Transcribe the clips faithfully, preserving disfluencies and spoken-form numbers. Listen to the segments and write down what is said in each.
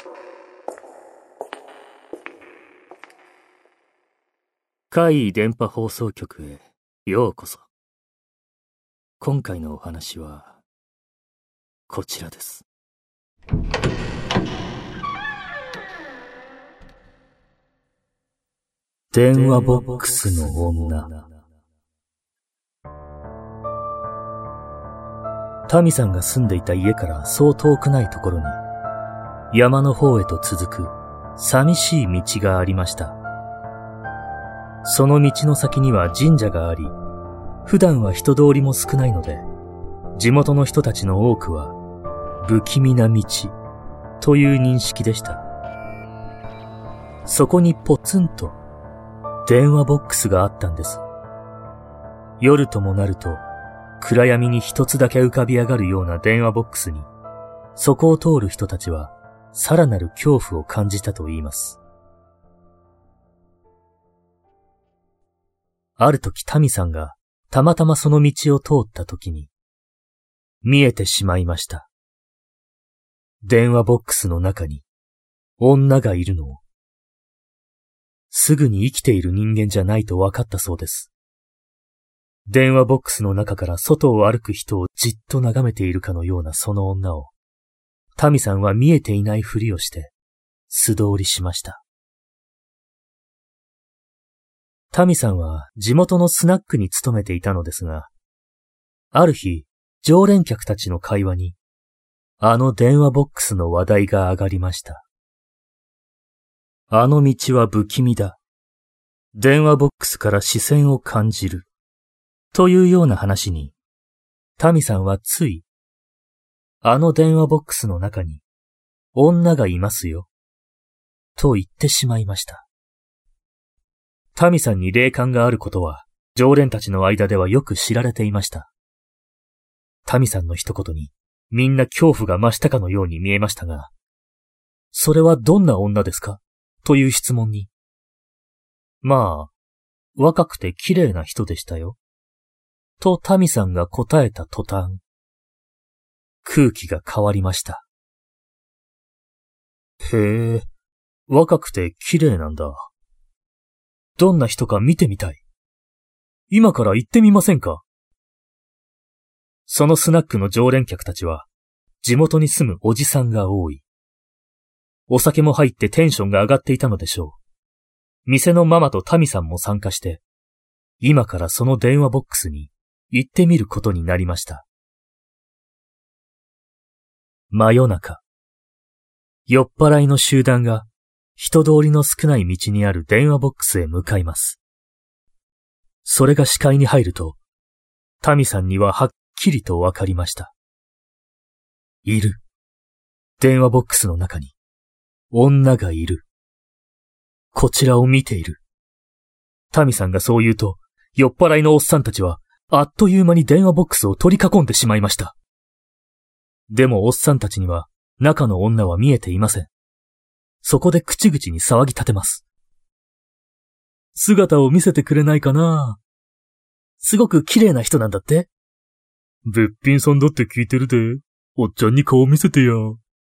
怪異電波放送局へようこそ。今回のお話はこちらです。電話ボックスの女。タミさんが住んでいた家からそう遠くないところに、山の方へと続く寂しい道がありました。その道の先には神社があり、普段は人通りも少ないので、地元の人たちの多くは不気味な道という認識でした。そこにポツンと電話ボックスがあったんです。夜ともなると暗闇に一つだけ浮かび上がるような電話ボックスに、そこを通る人たちはさらなる恐怖を感じたと言います。ある時タミさんがたまたまその道を通った時に見えてしまいました。電話ボックスの中に女がいるのを。すぐに生きている人間じゃないと分かったそうです。電話ボックスの中から外を歩く人をじっと眺めているかのようなその女を、タミさんは見えていないふりをして素通りしました。タミさんは地元のスナックに勤めていたのですが、ある日、常連客たちの会話に、あの電話ボックスの話題が上がりました。あの道は不気味だ。電話ボックスから視線を感じる。というような話に、タミさんはつい、あの電話ボックスの中に女がいますよ。と言ってしまいました。タミさんに霊感があることは、常連たちの間ではよく知られていました。タミさんの一言に、みんな恐怖が増したかのように見えましたが、それはどんな女ですかという質問に、まあ、若くて綺麗な人でしたよ。とタミさんが答えた途端、空気が変わりました。へえ、若くて綺麗なんだ。どんな人か見てみたい。今から行ってみませんか？そのスナックの常連客たちは、地元に住むおじさんが多い。お酒も入ってテンションが上がっていたのでしょう。店のママとタミさんも参加して、今からその電話ボックスに行ってみることになりました。真夜中、酔っ払いの集団が人通りの少ない道にある電話ボックスへ向かいます。それが視界に入ると、タミさんにははっきりとわかりました。いる。電話ボックスの中に女がいる。こちらを見ている。タミさんがそう言うと、酔っ払いのおっさんたちはあっという間に電話ボックスを取り囲んでしまいました。でもおっさんたちには中の女は見えていません。そこで口々に騒ぎ立てます。姿を見せてくれないかな？すごく綺麗な人なんだって？べっぴんさんだって聞いてるで。おっちゃんに顔見せてや。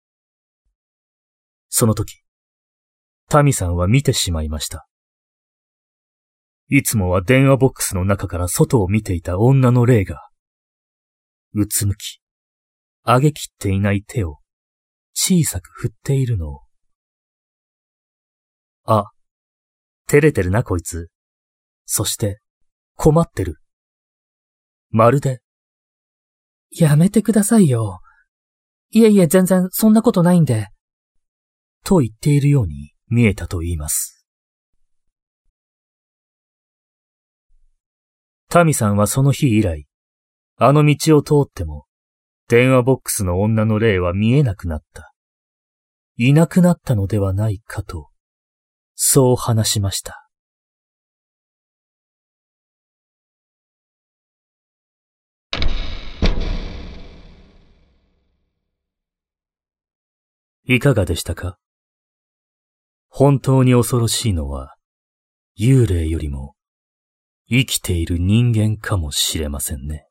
その時、タミさんは見てしまいました。いつもは電話ボックスの中から外を見ていた女の霊が、うつむき、上げきっていない手を小さく振っているのを。あ、照れてるなこいつ。そして困ってる。まるで、 やめてくださいよ。いえいえ全然そんなことないんで。 と言っているように見えたと言います。タミさんはその日以来、あの道を通っても、電話ボックスの女の霊は見えなくなった。いなくなったのではないかと、そう話しました。いかがでしたか？本当に恐ろしいのは、幽霊よりも生きている人間かもしれませんね。